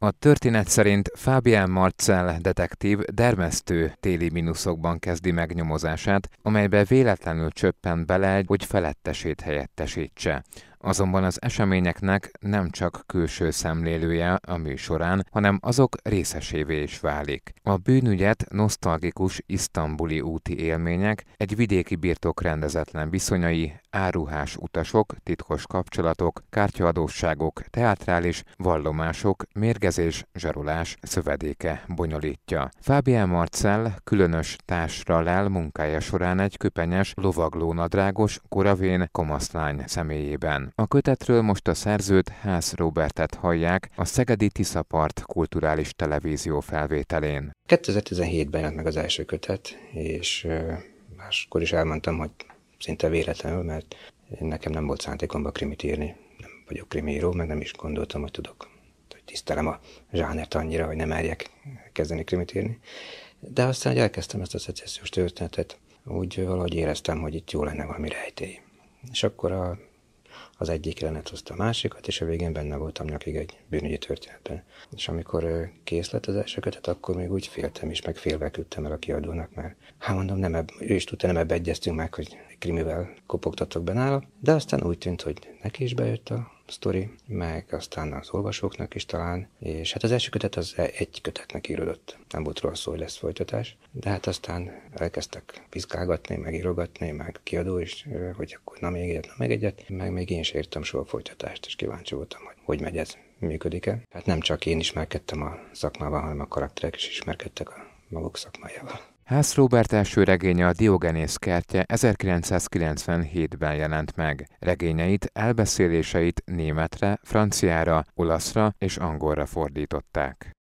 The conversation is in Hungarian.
A történet szerint Fábián Marcell detektív dermesztő téli mínuszokban kezdi megnyomozását, amelybe véletlenül csöppen bele, hogy felettesét helyettesítse. Azonban az eseményeknek nem csak külső szemlélője a műsorán, hanem azok részesévé is válik. A bűnügyet nosztalgikus isztambuli úti élmények, egy vidéki birtok rendezetlen viszonyai, áruhás utasok, titkos kapcsolatok, kártyaadósságok, teátrális vallomások, mérgezés, zsarolás szövedéke bonyolítja. Fábián Marcell különös társra lel munkája során egy köpenyes, lovaglónadrágos, koravén kamaszlány személyében. A kötetről most a szerzőt, Haas Robertet hallják a Szegedi Tiszapart kulturális televízió felvételén. 2017-ben jelent meg az első kötet, és máskor is elmondtam, hogy szinte véletlenül, mert nekem nem volt szándékomban krimit írni. Nem vagyok krimiíró, meg nem is gondoltam, hogy tudok, hogy tisztelem a zsánert annyira, hogy nem merjek kezdeni krimit írni. De aztán, hogy elkezdtem ezt a szecessziós történetet, úgy valahogy éreztem, hogy itt jó lenne valami rejtély. És akkor az egyik jelenet hozta a másikat, és a végén benne voltam nyakig egy bűnügyi történetben. És amikor kész lett az első kötet, akkor még úgy féltem is, meg félve küldtem el a kiadónak, mert mondom, ő is tudta, nem ebbe egyeztünk meg, hogy krimivel kopogtatok be nála, de aztán úgy tűnt, hogy neki is bejött a sztori, meg aztán az olvasóknak is talán, és hát az első kötet az egy kötetnek íródott. Nem volt róla szó, hogy lesz folytatás, de hát aztán elkezdtek piszkálgatni, meg írogatni, meg kiadó is, hogy akkor na még egyet, meg még én is értem soha folytatást, és kíváncsi voltam, hogy megy ez, működik-e. Hát nem csak én ismerkedtem a szakmával, hanem a karakterek is ismerkedtek a maguk szakmájával. Haas Robert első regénye, a Diogenész kertje 1997-ben jelent meg. Regényeit, elbeszéléseit németre, franciára, olaszra és angolra fordították.